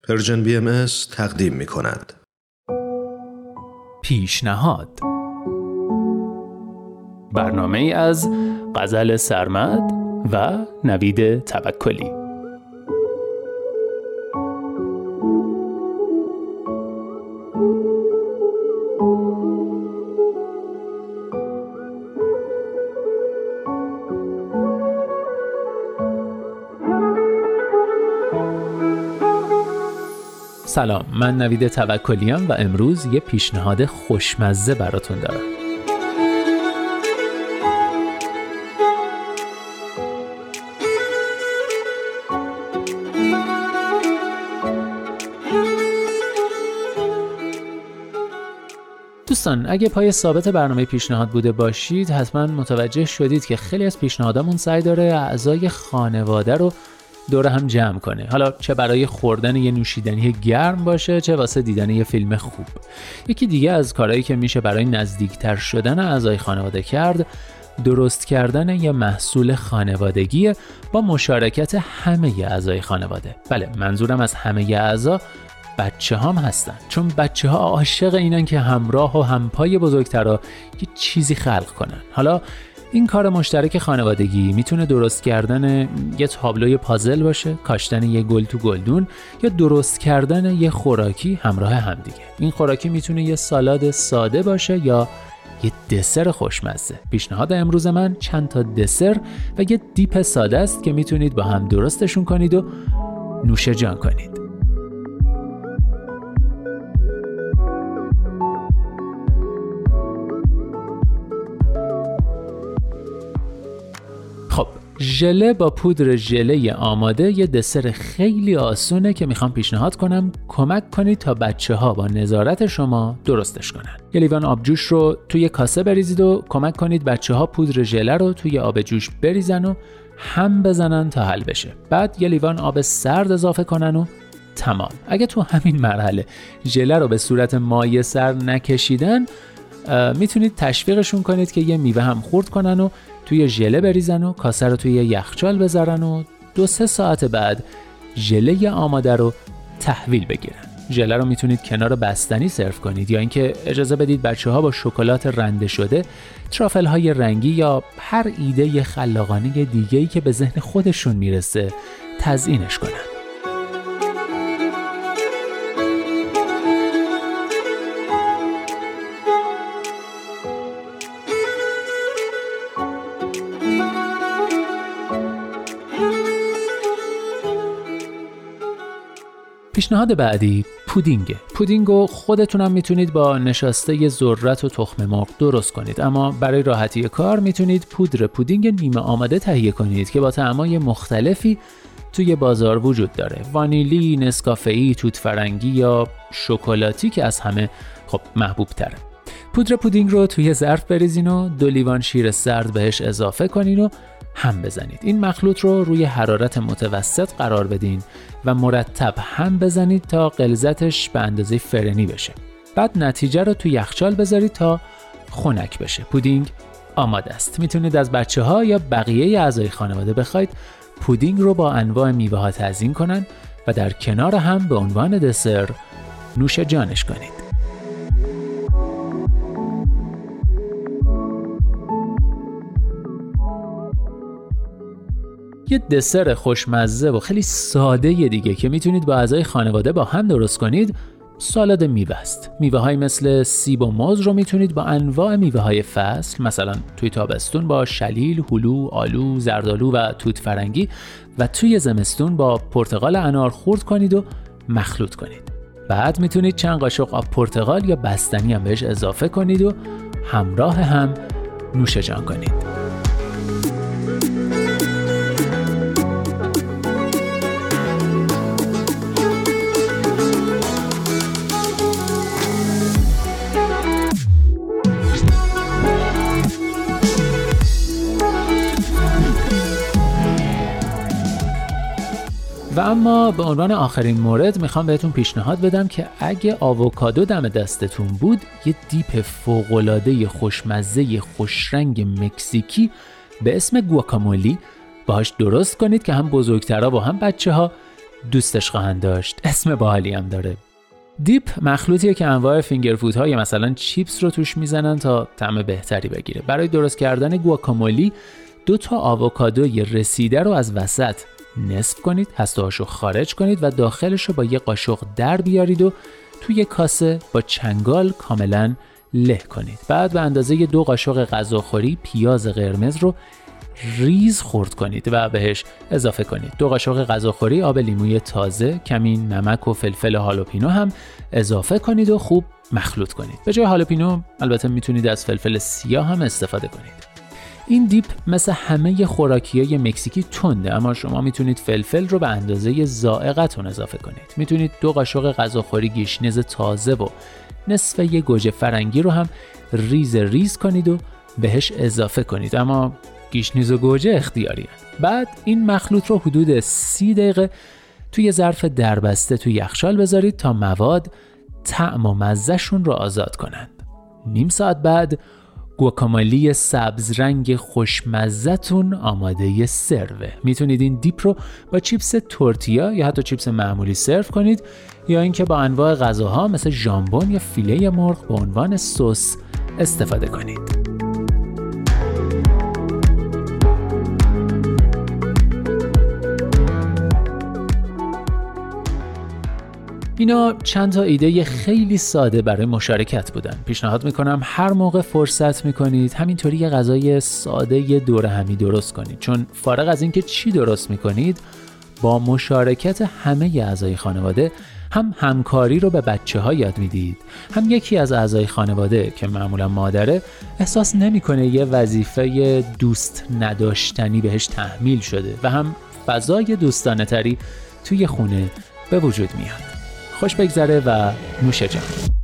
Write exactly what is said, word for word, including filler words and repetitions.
پرژن بی ام اس تقدیم می کند. پیشنهاد، برنامه ای از غزل سرمد و نوید توکلی. سلام، من نوید توکلیم و امروز یه پیشنهاد خوشمزه براتون دارم. دوستان، اگه پای ثابت برنامه پیشنهاد بوده باشید حتما متوجه شدید که خیلی از پیشنهادامون سعی داره اعضای خانواده رو دور هم جمع کنه، حالا چه برای خوردن یه نوشیدنی گرم باشه چه واسه دیدن یه فیلم خوب. یکی دیگه از کارهایی که میشه برای نزدیکتر شدن اعضای خانواده کرد، درست کردن یه محصول خانوادگی با مشارکت همه اعضای خانواده. بله، منظورم از همه اعضا بچه هم هستن، چون بچه ها عاشق اینن که همراه و همپای بزرگترها یه چیزی خلق کنن. حالا این کار مشترک خانوادگی میتونه درست کردن یه تابلوی پازل باشه، کاشتن یه گل تو گلدون، یا درست کردن یه خوراکی همراه همدیگه. این خوراکی میتونه یه سالاد ساده باشه یا یه دسر خوشمزه. پیشنهاد امروز من چند تا دسر و یه دیپ ساده است که میتونید با هم درستشون کنید و نوش جان کنید. خب، ژله با پودر ژله آماده یه دسر خیلی آسونه که میخوام پیشنهاد کنم کمک کنید تا بچه ها با نظارت شما درستش کنن. یه لیوان آب جوش رو توی کاسه بریزید و کمک کنید بچه ها پودر ژله رو توی آب جوش بریزن و هم بزنن تا حل بشه. بعد یه لیوان آب سرد اضافه کنن و تمام. اگه تو همین مرحله ژله رو به صورت مایع سر نکشیدن، میتونید تشویقشون کنید که یه میوه هم خورد کنن و توی ژله بریزن و کاسه رو توی یخچال بذارن و دو سه ساعت بعد ژله آماده رو تحویل بگیرن. ژله رو میتونید کنار بستنی سرو کنید یا اینکه اجازه بدید بچه‌ها با شکلات رنده شده، ترافل های رنگی یا هر ایده خلاقانه دیگه‌ای که به ذهن خودشون میرسه تزیینش کنن. پیشنهاد بعدی پودینگه. پودینگو خودتونم میتونید با نشاسته ذرت و تخم مرغ درست کنید، اما برای راحتی کار میتونید پودر پودینگ نیمه آماده تهیه کنید که با طعمای مختلفی توی بازار وجود داره. وانیلی، نسکافه‌ای، توت فرنگی یا شکلاتی که از همه خب محبوب تره. پودر پودینگ رو توی ظرف بریزین و دو لیوان شیر سرد بهش اضافه کنین و هم بزنید. این مخلوط رو روی حرارت متوسط قرار بدین و مرتب هم بزنید تا غلظتش به اندازه فرنی بشه. بعد نتیجه رو توی یخچال بذارید تا خنک بشه. پودینگ آماده است. میتونید از بچه‌ها یا بقیه اعضای خانواده بخواید پودینگ رو با انواع میوه‌ها تزیین کنن و در کنار هم به عنوان دسر نوش جانش کنید. یه دسر خوشمزه و خیلی ساده یه دیگه که میتونید با اعضای خانواده با هم درست کنید، سالاد میوه است. میوه های مثل سیب و موز رو میتونید با انواع میوه های فصل، مثلا توی تابستون با شلیل، هلو، آلو، زردآلو و توت فرنگی، و توی زمستون با پرتقال انار خرد کنید و مخلوط کنید. بعد میتونید چند قاشق آب پرتقال یا بستنی هم بهش اضافه کنید و همراه هم نوش جان کنید. و اما به عنوان آخرین مورد میخوام بهتون پیشنهاد بدم که اگه آووکادو دم دستتون بود، یه دیپ فوق‌العاده خوشمزه خوشرنگ مکزیکی به اسم گواکامولی باهاش درست کنید که هم بزرگترها و هم بچه‌ها دوستش خواهند داشت. اسم باحالی هم داره. دیپ مخلوطیه که انواع فینگرفودهای مثلا چیپس رو توش میزنن تا طعم بهتری بگیره. برای درست کردن گواکامولی دو تا آووکادوی رسیده رو از وسط نصف کنید، هسته‌هاشو خارج کنید و داخلش رو با یه قاشق در بیارید و توی کاسه با چنگال کاملا له کنید. بعد به اندازه دو قاشق غذاخوری پیاز قرمز رو ریز خرد کنید و بهش اضافه کنید. دو قاشق غذاخوری آب لیموی تازه، کمی نمک و فلفل هالوپینو هم اضافه کنید و خوب مخلوط کنید. به جای هالوپینو البته میتونید از فلفل سیاه هم استفاده کنید. این دیپ مثل همه خوراکیای مکزیکی تنده، اما شما میتونید فلفل رو به اندازه ذائقتون اضافه کنید. میتونید دو قاشق غذاخوری گیشنیز تازه و نصف یه گوجه فرنگی رو هم ریز ریز کنید و بهش اضافه کنید، اما گیشنیز و گوجه اختیاری هست. بعد این مخلوط رو حدود سی دقیقه توی ظرف دربسته توی یخچال بذارید تا مواد طعم و مزه‌شون رو آزاد کنند. نیم ساعت بعد گواکامولی سبز رنگ خوشمزه‌تون آماده سروه. میتونید این دیپ رو با چیپس تورتیا یا حتی چیپس معمولی سرو کنید یا اینکه با انواع غذاها مثل ژامبون یا فیله مرغ به عنوان سس استفاده کنید. اینا چند تا ایده خیلی ساده برای مشارکت بودن. پیشنهاد میکنم هر موقع فرصت میکنید همینطوری یه غذای ساده دور همی درست کنید، چون فارغ از اینکه چی درست میکنید با مشارکت همه اعضای خانواده هم همکاری رو به بچه ها یاد میدید، هم یکی از اعضای خانواده که معمولا مادره احساس نمیکنه یه وظیفه دوست نداشتنی بهش تحمیل شده و هم فضای دوستانه تری توی خونه به وجود میاد. خوش بگذره و نوش جان.